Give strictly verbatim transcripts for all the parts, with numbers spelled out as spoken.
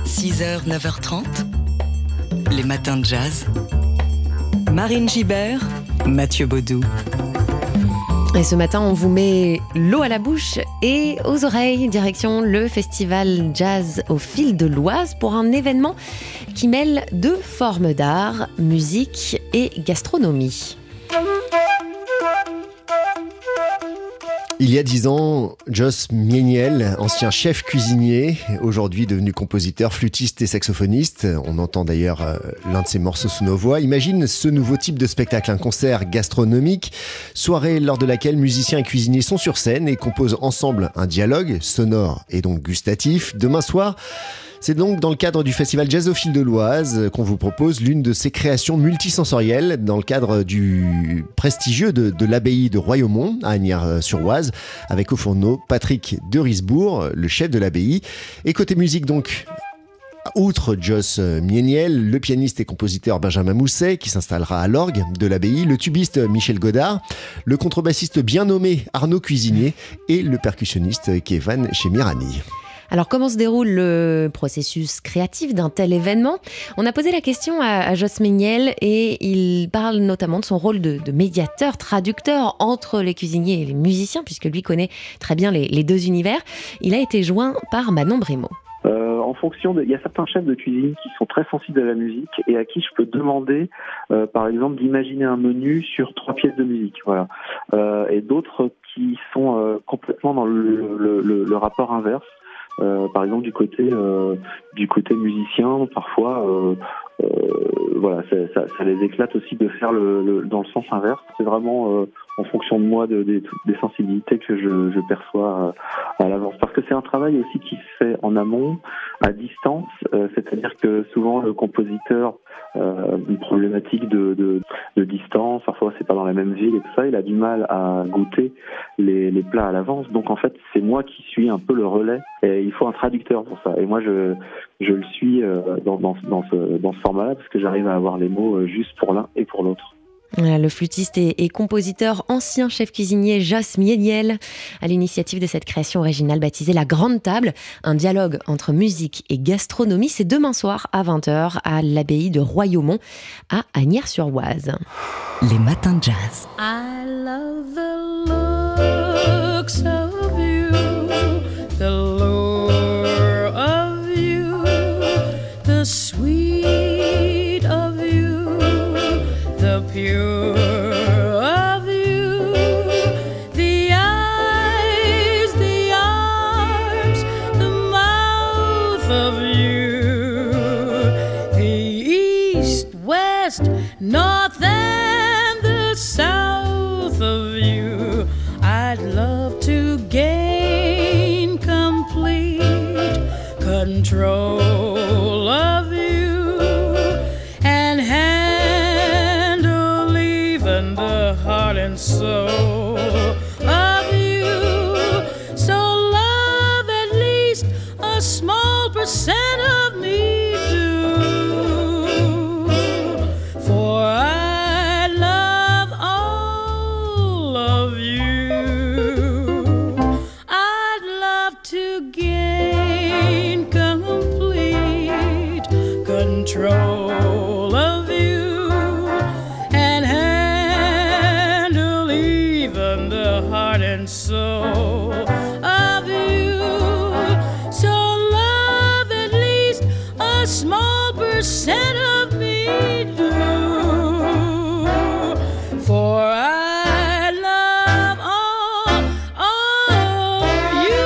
six heures, neuf heures trente, les matins de jazz. Marine Gibert, Mathieu Baudou. Et ce matin, on vous met l'eau à la bouche et aux oreilles, direction le festival Jazz au Fil de l'Oise pour un événement qui mêle deux formes d'art, musique et gastronomie. Il y a dix ans, Joss Mieniel, ancien chef cuisinier, aujourd'hui devenu compositeur, flûtiste et saxophoniste, on entend d'ailleurs euh, l'un de ses morceaux sous nos voix, imagine ce nouveau type de spectacle, un concert gastronomique, soirée lors de laquelle musiciens et cuisiniers sont sur scène et composent ensemble un dialogue sonore et donc gustatif. Demain soir, c'est donc dans le cadre du festival Jazz au Fil de l'Oise qu'on vous propose l'une de ces créations multisensorielles dans le cadre du prestigieux de, de l'abbaye de Royaumont à Asnières-sur-Oise avec au fourneau Patrick de Risbourg, le chef de l'abbaye. Et côté musique donc, outre Joss Mieniel, le pianiste et compositeur Benjamin Mousset qui s'installera à l'orgue de l'abbaye, le tubiste Michel Godard, le contrebassiste bien nommé Arnaud Cuisinier et le percussionniste Kévan Chemirani. Alors, comment se déroule le processus créatif d'un tel événement ? On a posé la question à, à Joss Mieniel et il parle notamment de son rôle de, de médiateur, traducteur entre les cuisiniers et les musiciens, puisque lui connaît très bien les, les deux univers. Il a été joint par Manon Brémaud. Euh, en fonction de, il y a certains chefs de cuisine qui sont très sensibles à la musique et à qui je peux demander, euh, par exemple, d'imaginer un menu sur trois pièces de musique, voilà. Euh, et d'autres qui sont euh, complètement dans le, le, le, le rapport inverse. Euh, par exemple du côté euh, du côté musicien, parfois euh, euh, voilà, ça, ça, ça les éclate aussi de faire le, le dans le sens inverse. C'est vraiment euh, en fonction de moi de, de, des sensibilités que je, je perçois à, à l'avance. Parce que c'est un travail aussi qui se fait en amont, à distance, euh, c'est-à-dire que souvent le compositeur euh, une problématique de, de, de distance, parfois c'est pas dans la même ville et tout ça, il a du mal à goûter les, les plats à l'avance. Donc en fait c'est moi qui suis un peu le relais et il faut un traducteur pour ça. Et moi je je le suis euh, dans, dans, dans ce dans ce format-là parce que j'arrive à avoir les mots juste pour l'un et pour l'autre. Le flûtiste et, et compositeur, ancien chef cuisinier Joss Mieniel, à l'initiative de cette création originale baptisée La Grande Table, un dialogue entre musique et gastronomie. C'est demain soir à vingt heures à l'abbaye de Royaumont à Asnières-sur-Oise. Les matins de jazz. I love the looks of you, the lure of you, the sweet of you, the pure of you, the eyes, the arms, the mouth of you, the east, west, north and the south of you. I'd love to gain complete control of you and handle even the heart and soul of you. So love at least a small percent of me do, for I love all of you. I'd love to gain complete control of you and handle even the heart and soul of you. So love at least a small percent of me do, for I love all, all of you.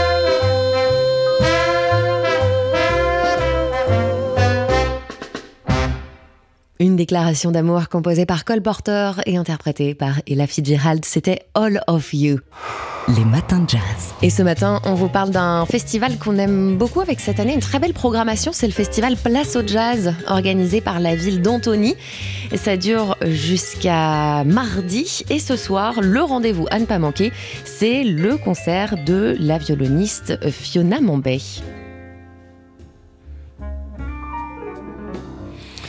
Une déclaration d'amour composée par Cole Porter et interprétée par Ella Fitzgerald, c'était All of You. Les matins de jazz. Et ce matin, on vous parle d'un festival qu'on aime beaucoup avec cette année une très belle programmation. C'est le festival Place au Jazz, organisé par la ville d'Antony. Et ça dure jusqu'à mardi. Et ce soir, le rendez-vous à ne pas manquer, c'est le concert de la violoniste Fiona Mombay.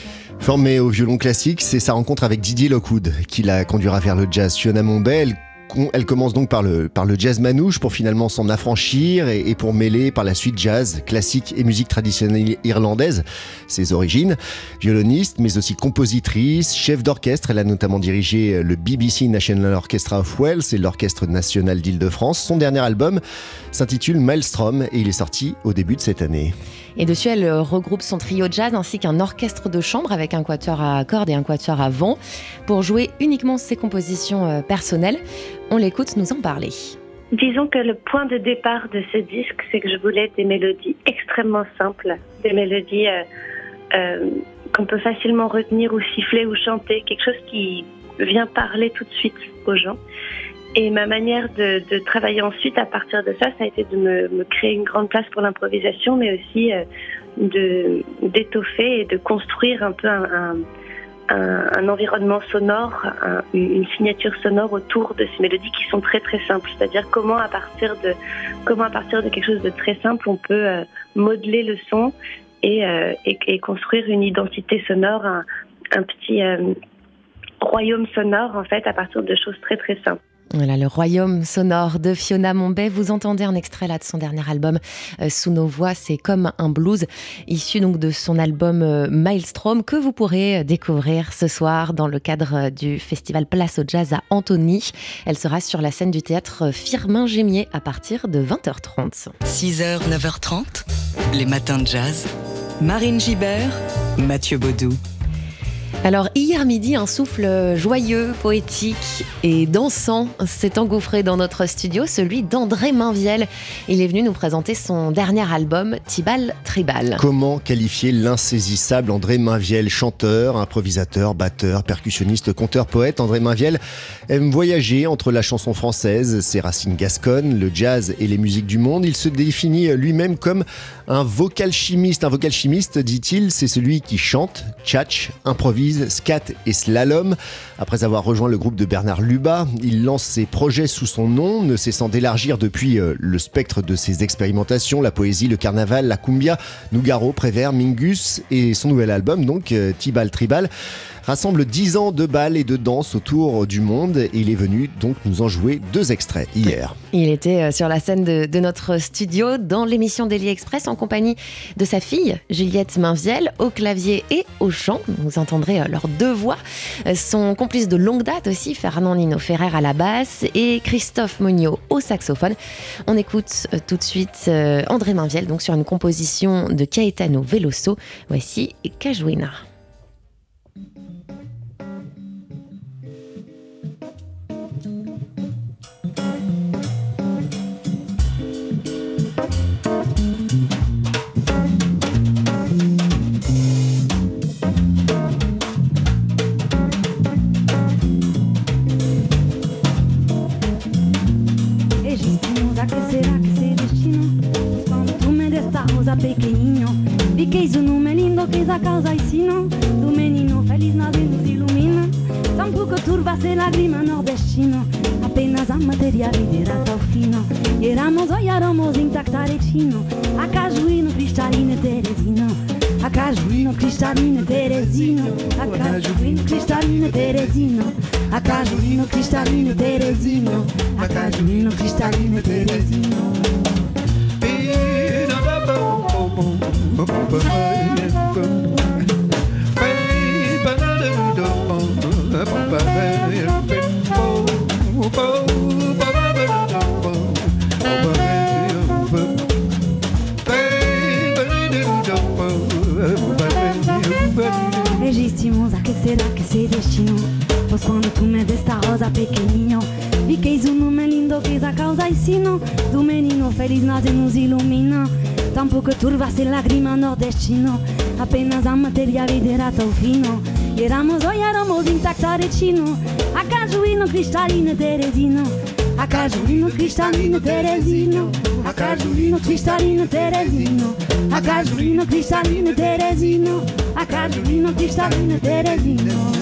Formée au violon classique, c'est sa rencontre avec Didier Lockwood qui la conduira vers le jazz. Fiona Mombay, elle elle commence donc par le, par le jazz manouche pour finalement s'en affranchir et, et pour mêler par la suite jazz, classique et musique traditionnelle irlandaise, ses origines. Violoniste, mais aussi compositrice, chef d'orchestre. Elle a notamment dirigé le B B C National Orchestra of Wales et l'Orchestre National d'Île-de-France. Son dernier album s'intitule Maelstrom et il est sorti au début de cette année. Et dessus, elle regroupe son trio jazz ainsi qu'un orchestre de chambre avec un quatuor à cordes et un quatuor à vent pour jouer uniquement ses compositions personnelles. On l'écoute nous en parler. Disons que le point de départ de ce disque, c'est que je voulais des mélodies extrêmement simples, des mélodies euh, euh, qu'on peut facilement retenir ou siffler ou chanter, quelque chose qui vient parler tout de suite aux gens. Et ma manière de, de travailler ensuite à partir de ça, ça a été de me, me créer une grande place pour l'improvisation, mais aussi euh, de, d'étoffer et de construire un peu un, un, un, un environnement sonore, un, une signature sonore autour de ces mélodies qui sont très très simples. C'est-à-dire comment à partir de, comment à partir de quelque chose de très simple, on peut euh, modeler le son et, euh, et, et construire une identité sonore, un, un petit euh, royaume sonore en fait à partir de choses très très simples. Voilà, le royaume sonore de Fiona Monbet. Vous entendez un extrait là de son dernier album euh, Sous nos voix, c'est comme un blues, issu donc de son album euh, Maelstrom, que vous pourrez découvrir ce soir dans le cadre du festival Place au Jazz à Antony. Elle sera sur la scène du théâtre Firmin-Gémier à partir de vingt heures trente. six heures, neuf heures trente, les matins de jazz. Marine Gibert, Mathieu Baudou. Alors hier midi, un souffle joyeux, poétique et dansant s'est engouffré dans notre studio, celui d'André Mainviel. Il est venu nous présenter son dernier album, Tibal Tribal. Comment qualifier l'insaisissable André Mainviel, chanteur, improvisateur, batteur, percussionniste, conteur, poète? André Mainviel aime voyager entre la chanson française, ses racines gasconnes, le jazz et les musiques du monde. Il se définit lui-même comme un vocal chimiste. Un vocal chimiste, dit-il, c'est celui qui chante, tchatche, improvise, scat et slalom. Après avoir rejoint le groupe de Bernard Lubat, il lance ses projets sous son nom, ne cessant d'élargir depuis euh, le spectre de ses expérimentations, la poésie, le carnaval, la cumbia, Nougaro, Prévert, Mingus, et son nouvel album, donc euh, Tibal Tribal, rassemble dix ans de bal et de danse autour du monde et il est venu donc nous en jouer deux extraits hier. Il était sur la scène de, de notre studio dans l'émission Daily Express en compagnie de sa fille Juliette Mainviel au clavier et au chant. Vous entendrez leurs deux voix. Son complice de longue date aussi, Fernand Nino Ferrer à la basse et Christophe Monio au saxophone. On écoute tout de suite André Mainviel donc sur une composition de Caetano Veloso. Voici Cajuina. Pequenininho, vi que isso não é lindo, que essa causa ensino do menino feliz nós nos ilumina. Tampouco turva se lágrima nordestino, apenas a matéria liberata ao fino. Éramos ou éramos intacta retino, a cajuíno cristalino teresino, a cajuíno cristalino teresino, a cajuíno cristalino teresino, a cajuíno cristalino teresino, a cajuíno cristalino teresino. Resistimos a que será que se destino, pois quando tu me desta rosa pequenininho, vi que isso não é lindo, que a causa ensino do menino feliz nós nos ilumina. Tampouco turva se lágrima nordestino, apenas a matéria liberata ao fino. Éramos ou éramos intacta retino, a cajuíno cristalino teresino, a cajuíno cristalino teresino, a cajuíno cristalino teresino, a cajuíno cristalino teresino, a cajuíno cristalino teresino.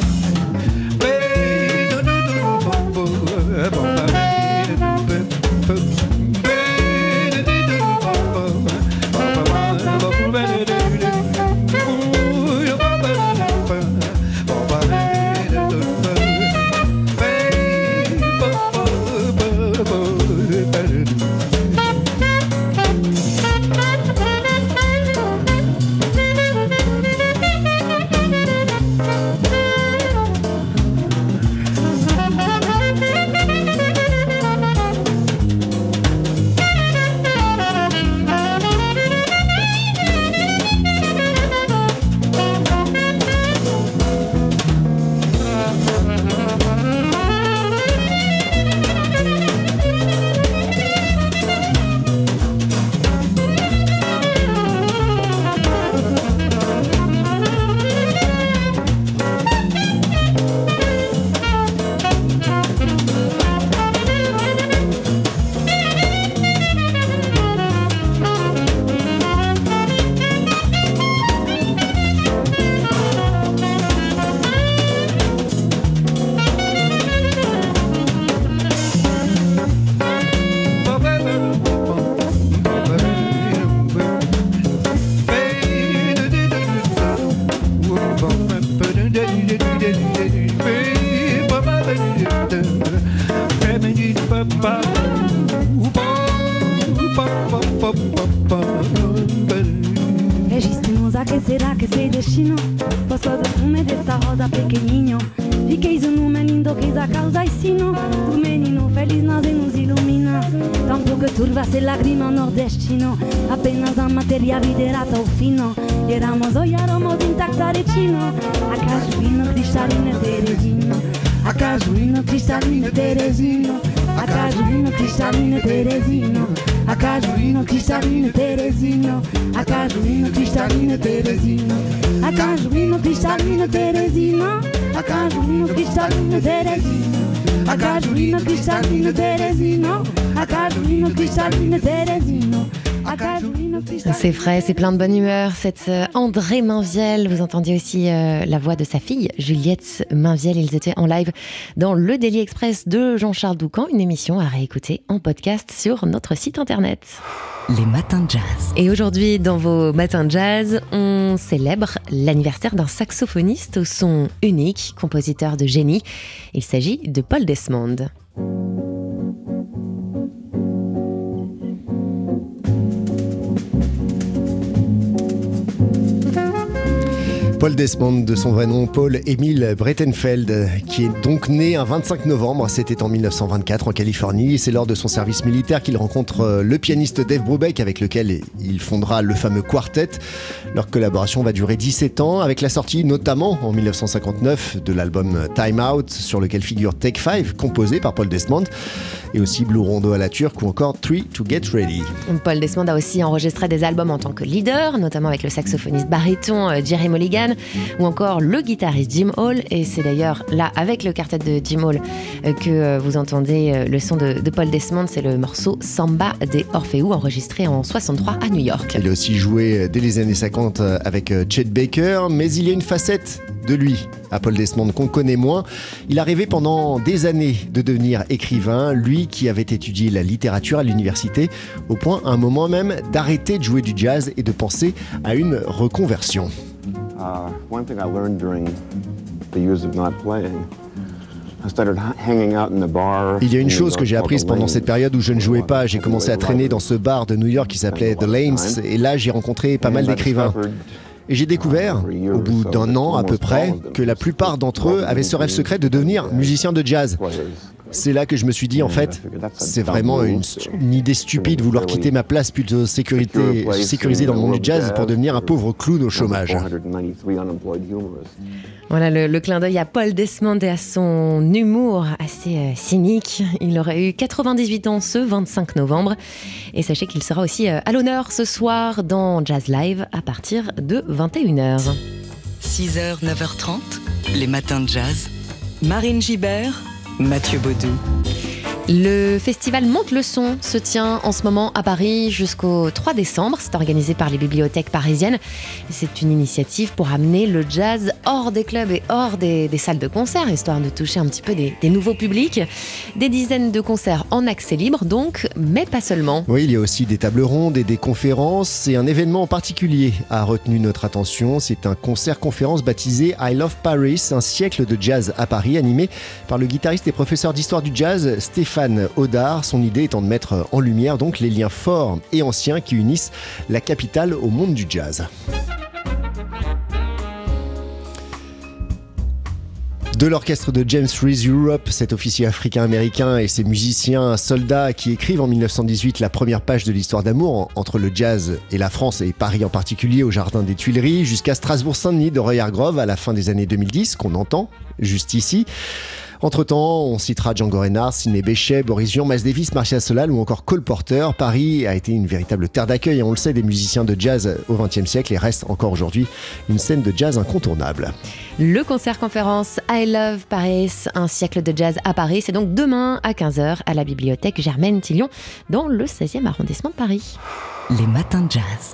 que será que se destino? Pues todo el perfume de esta rosa pequeñinho. Vi que hizo un número lindo que da causa y sino. Tu menino feliz nós nos ilumina. Tampoco turva se lágrima nordestino. Apenas a matéria videra tão fino. Éramos olháramos intacta retino. A cajuíno cristalino Teresino. A cajuíno cristalino Teresino. A cajuíno cristalino Teresino. A cajuíno cristalino Teresino. A cajuíno cristalino Teresino. A cajuíno cristalino Teresino. A cajuíno cristalino Teresino. A cajuíno cristalino Teresino. A cajuíno cristalino Teresino. C'est frais, c'est plein de bonne humeur. Cette euh, André Mainviel, vous entendiez aussi euh, la voix de sa fille, Juliette Mainviel. Ils étaient en live dans le Daily Express de Jean-Charles Doucan, une émission à réécouter en podcast sur notre site internet. Les matins de jazz. Et aujourd'hui, dans vos matins de jazz, on célèbre l'anniversaire d'un saxophoniste au son unique, compositeur de génie. Il s'agit de Paul Desmond. Paul Desmond, de son vrai nom, Paul Emil Breitenfeld, qui est donc né un vingt-cinq novembre, c'était en dix-neuf cent vingt-quatre en Californie. C'est lors de son service militaire qu'il rencontre le pianiste Dave Brubeck, avec lequel il fondera le fameux quartet. Leur collaboration va durer dix-sept ans, avec la sortie notamment en dix-neuf cent cinquante-neuf de l'album Time Out, sur lequel figure Take Five, composé par Paul Desmond, et aussi Blue Rondo à la turque ou encore Three to Get Ready. Paul Desmond a aussi enregistré des albums en tant que leader, notamment avec le saxophoniste baryton Jerry Mulligan, ou encore le guitariste Jim Hall. Et c'est d'ailleurs là, avec le quartet de Jim Hall, que vous entendez le son de, de Paul Desmond. C'est le morceau Samba de Orfeu, enregistré en soixante-trois à New York. Il a aussi joué dès les années cinquante avec Chet Baker, mais il y a une facette de lui à Paul Desmond qu'on connaît moins. Il a rêvé pendant des années de devenir écrivain, lui qui avait étudié la littérature à l'université, au point à un moment même d'arrêter de jouer du jazz et de penser à une reconversion. Uh, one thing I learned during the years of not playing, I started hanging out in the bar. Il y a une chose que j'ai apprise pendant cette période où je ne jouais pas. J'ai commencé à traîner dans ce bar de New York qui s'appelait The Lanes, et là j'ai rencontré pas mal d'écrivains. Et j'ai découvert, au bout d'un an à peu près, que la plupart d'entre eux avaient ce rêve secret de devenir musicien de jazz. C'est là que je me suis dit, en fait, c'est vraiment une, une idée stupide de vouloir quitter ma place plutôt sécurité, sécurisée dans le monde du jazz pour devenir un pauvre clown au chômage. Voilà le, le clin d'œil à Paul Desmond et à son humour assez euh, cynique. Il aurait eu quatre-vingt-dix-huit ans ce vingt-cinq novembre. Et sachez qu'il sera aussi euh, à l'honneur ce soir dans Jazz Live à partir de vingt et une heures. six heures, neuf heures trente, les matins de jazz. Marine Gibert, Mathieu Baudou. Le festival Monte le Son se tient en ce moment à Paris jusqu'au trois décembre. C'est organisé par les bibliothèques parisiennes. C'est une initiative pour amener le jazz hors des clubs et hors des, des salles de concert, histoire de toucher un petit peu des, des nouveaux publics. Des dizaines de concerts en accès libre donc, mais pas seulement. Oui, il y a aussi des tables rondes et des conférences. Et un événement en particulier a retenu notre attention. C'est un concert-conférence baptisé I Love Paris, un siècle de jazz à Paris, animé par le guitariste et professeur d'histoire du jazz Stéphane Audard, son idée étant de mettre en lumière donc les liens forts et anciens qui unissent la capitale au monde du jazz. De l'orchestre de James Reese Europe, cet officier africain-américain et ses musiciens soldats qui écrivent en dix-neuf cent dix-huit la première page de l'histoire d'amour entre le jazz et la France, et Paris en particulier au Jardin des Tuileries, jusqu'à Strasbourg-Saint-Denis de Roy Hargrove à la fin des années deux mille dix, qu'on entend juste ici. Entre-temps, on citera Django Reinhardt, Sidney Bechet, Boris Vian, Miles Davis, Marcia Solal ou encore Cole Porter. Paris a été une véritable terre d'accueil, et on le sait, des musiciens de jazz au vingtième siècle, et reste encore aujourd'hui une scène de jazz incontournable. Le concert-conférence I Love Paris, un siècle de jazz à Paris, c'est donc demain à quinze heures à la bibliothèque Germaine Tillion dans le seizième arrondissement de Paris. Les matins de jazz.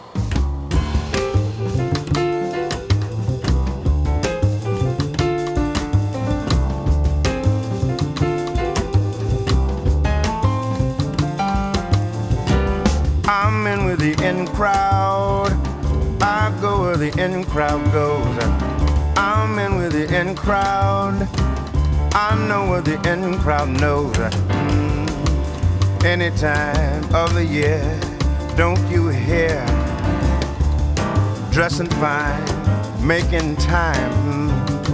I'm in with the in crowd. I go where the in crowd goes. I'm in with the in crowd. I know what the in crowd knows. Mm. Any time of the year, don't you hear dressing fine, making time.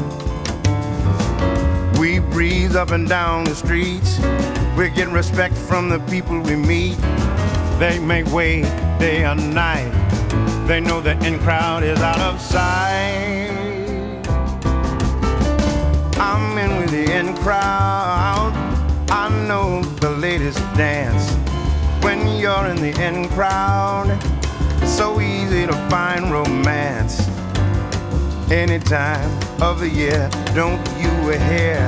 We breeze up and down the streets. We're getting respect from the people we meet. They make way day or night. They know the in crowd is out of sight. I'm in with the in crowd. I know the latest dance. When you're in the in crowd, it's so easy to find romance. Any time of the year, don't you hear?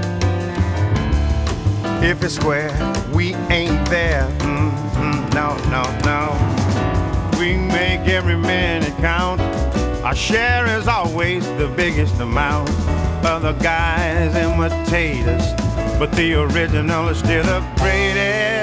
If it's square, we ain't there. Mm-hmm. No, no, no. We make every minute count. Our share is always the biggest amount. Other guys imitate us, but the original is still the greatest.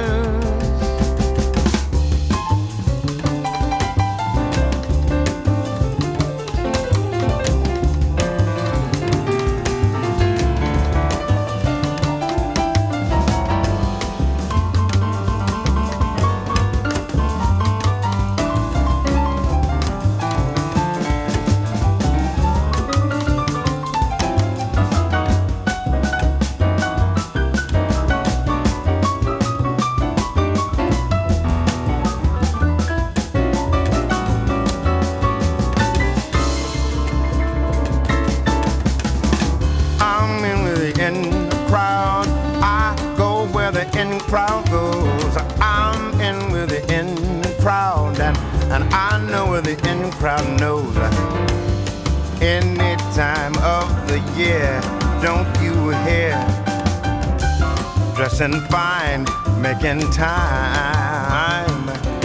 Crowd knows any time of the year, don't you hear? Dressing fine, making time.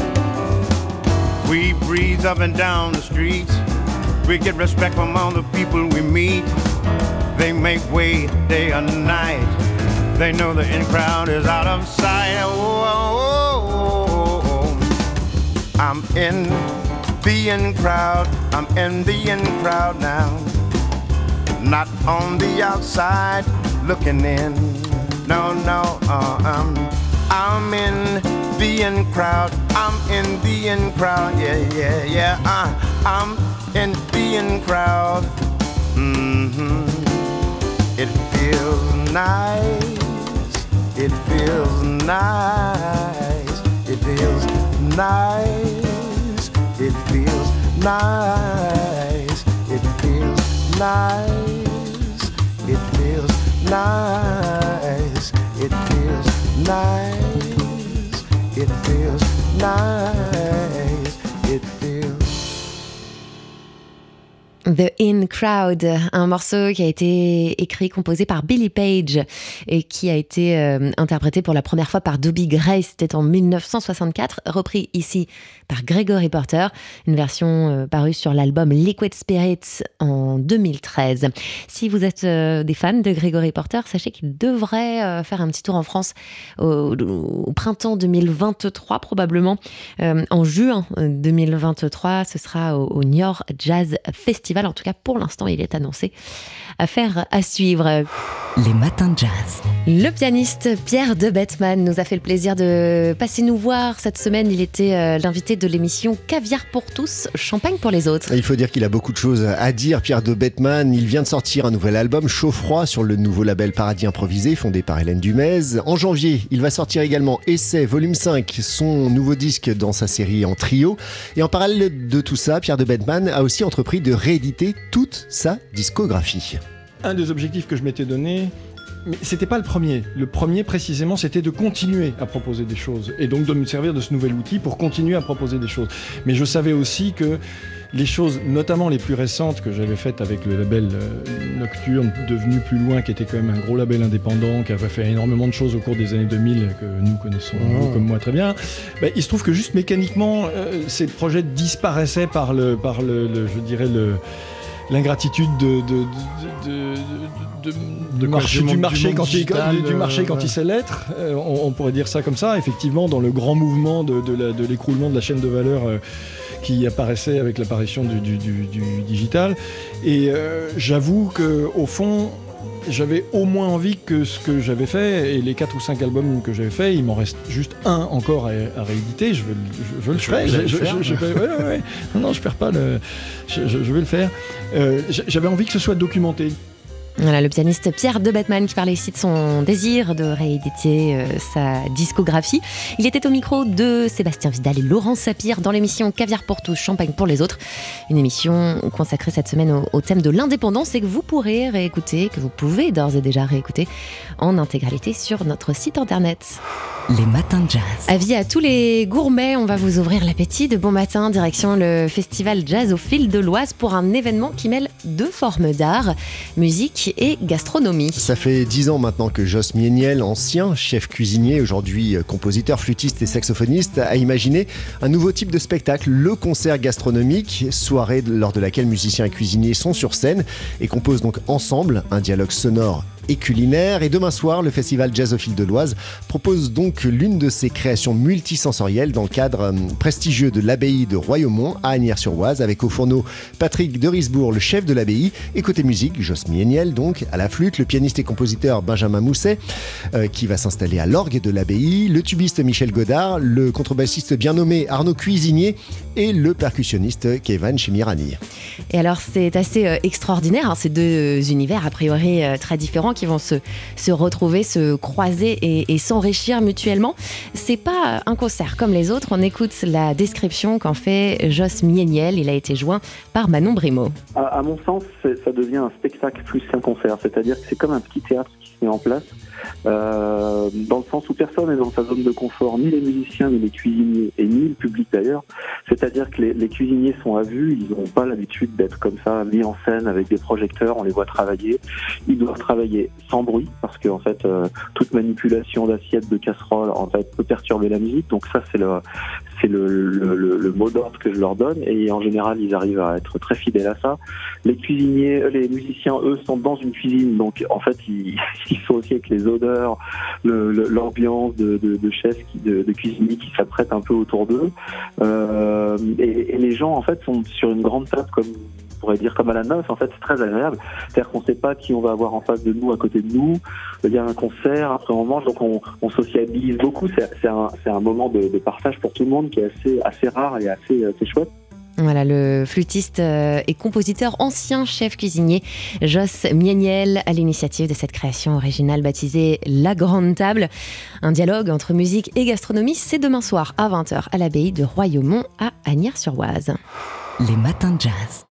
We breeze up and down the streets. We get respect from all the people we meet. They make way day or night. They know the in crowd is out of sight. Oh, oh, oh, oh. I'm in the in crowd, I'm in the in crowd now. Not on the outside looking in. No, no, uh, um, I'm in the in crowd. I'm in the in crowd. Yeah, yeah, yeah. Uh, I'm in the in crowd. Mm-hmm. It feels nice. It feels nice. It feels nice. It feels nice, it feels nice, it feels nice, it feels nice, it feels nice, it feels. The In Crowd, un morceau qui a été écrit, composé par Billy Page et qui a été euh, interprété pour la première fois par Dobie Gray, c'était en dix-neuf cent soixante-quatre, repris ici par Gregory Porter, une version euh, parue sur l'album Liquid Spirits en deux mille treize. Si vous êtes euh, des fans de Gregory Porter, sachez qu'il devrait euh, faire un petit tour en France au, au printemps deux mille vingt-trois probablement. Euh, en juin deux mille vingt-trois, ce sera au, au Niort Jazz Festival. En tout cas, pour l'instant, il est annoncé. Affaire à suivre. Les matins de jazz. Le pianiste Pierre de Bettman nous a fait le plaisir de passer nous voir cette semaine. Il était euh, l'invité de l'émission Caviar pour tous, champagne pour les autres. Il faut dire qu'il a beaucoup de choses à dire, Pierre de Bettman. Il vient de sortir un nouvel album, Chaud-Froid, sur le nouveau label Paradis Improvisé, fondé par Hélène Dumez. En janvier, il va sortir également Essai Volume cinq, son nouveau disque dans sa série en trio. Et en parallèle de tout ça, Pierre de Bettman a aussi entrepris de rééditer toute sa discographie. Un des objectifs que je m'étais donné, mais c'était pas le premier. Le premier, précisément, c'était de continuer à proposer des choses et donc de me servir de ce nouvel outil pour continuer à proposer des choses. Mais je savais aussi que les choses, notamment les plus récentes que j'avais faites avec le label euh, Nocturne, devenu Plus Loin, qui était quand même un gros label indépendant, qui avait fait énormément de choses au cours des années deux mille, que nous connaissons, mmh. vous comme moi, très bien. Ben, il se trouve que juste mécaniquement, euh, ces projets disparaissaient par le, par le, le je dirais, le... l'ingratitude de, de, de, de, de, de marché, du, marché du, quand digital, il, du marché quand ouais. il sait l'être. Euh, on, on pourrait dire ça comme ça. Effectivement, dans le grand mouvement de, de, la, de l'écroulement de la chaîne de valeur euh, qui apparaissait avec l'apparition du, du, du, du digital. Et euh, j'avoue qu'au fond, j'avais au moins envie que ce que j'avais fait, et les quatre ou cinq albums que j'avais fait, il m'en reste juste un encore à, à rééditer. Je, veux, je, je le ferai. Je, je, je, je, ouais, ouais, ouais. Non, non, je perds pas le. Je, je, je vais le faire. Euh, j'avais envie que ce soit documenté. Voilà, le pianiste Pierre de Batman qui parlait ici de son désir de rééditer euh, sa discographie. Il était au micro de Sébastien Vidal et Laurent Sapir dans l'émission Caviar pour tous, Champagne pour les autres. Une émission consacrée cette semaine au, au thème de l'indépendance et que vous pourrez réécouter, que vous pouvez d'ores et déjà réécouter en intégralité sur notre site internet. Les matins de jazz. Avis à tous les gourmets, on va vous ouvrir l'appétit de bon matin, direction le festival Jazz au Fil de l'Oise pour un événement qui mêle deux formes d'art, musique et gastronomie. Ça fait dix ans maintenant que Joss Mieniel, ancien chef cuisinier, aujourd'hui compositeur, flûtiste et saxophoniste, a imaginé un nouveau type de spectacle, le concert gastronomique, soirée lors de laquelle musiciens et cuisiniers sont sur scène et composent donc ensemble un dialogue sonore et culinaire. Et demain soir, le festival Jazz au Fil de l'Oise propose donc l'une de ses créations multisensorielles dans le cadre prestigieux de l'abbaye de Royaumont à Asnières-sur-Oise, avec au fourneau Patrick de Risbourg, le chef de l'abbaye, et côté musique, Joss Mieniel donc à la flûte, le pianiste et compositeur Benjamin Mousset euh, qui va s'installer à l'orgue de l'abbaye, le tubiste Michel Godard, le contrebassiste bien nommé Arnaud Cuisinier et le percussionniste Keivan Chemirani. Et alors c'est assez euh, extraordinaire, hein, ces deux univers a priori euh, très différents qui vont se, se retrouver, se croiser et, et s'enrichir mutuellement. C'est pas un concert comme les autres. On écoute la description qu'en fait Joss Mieniel. Il a été joint par Manon Brimaud. À, à mon sens, ça devient un spectacle plus qu'un concert. C'est-à-dire que c'est comme un petit théâtre qui se met en place, euh, dans le sens où personne n'est dans sa zone de confort, ni les musiciens, ni les cuisiniers, et ni le public d'ailleurs. C'est-à-dire que les, les cuisiniers sont à vue, ils n'ont pas l'habitude d'être comme ça, mis en scène avec des projecteurs, on les voit travailler. Ils doivent travailler sans bruit, parce que en fait, euh, toute manipulation d'assiette, de casserole, en fait, peut perturber la musique. Donc ça, c'est le, c'est le, le, le, le mot d'ordre que je leur donne, et en général, ils arrivent à être très fidèles à ça. Les cuisiniers, les musiciens, eux, sont dans une cuisine, donc en fait, ils, ils sont aussi avec les odeurs, le, le, l'ambiance de, de, de chefs, qui, de, de cuisiniers qui s'apprêtent un peu autour d'eux. Euh, et, et les gens, en fait, sont sur une grande table, comme on pourrait dire comme à la noce. En fait, c'est très agréable. C'est-à-dire qu'on ne sait pas qui on va avoir en face de nous, à côté de nous. Il y a un concert, après on mange, donc on, on sociabilise beaucoup. C'est, c'est, un, c'est un moment de, de partage pour tout le monde qui est assez, assez rare et assez, assez chouette. Voilà, le flûtiste et compositeur, ancien chef cuisinier Joss Mieniel à l'initiative de cette création originale baptisée La Grande Table. Un dialogue entre musique et gastronomie, c'est demain soir à vingt heures à l'abbaye de Royaumont à Asnières-sur-Oise. Les matins de jazz.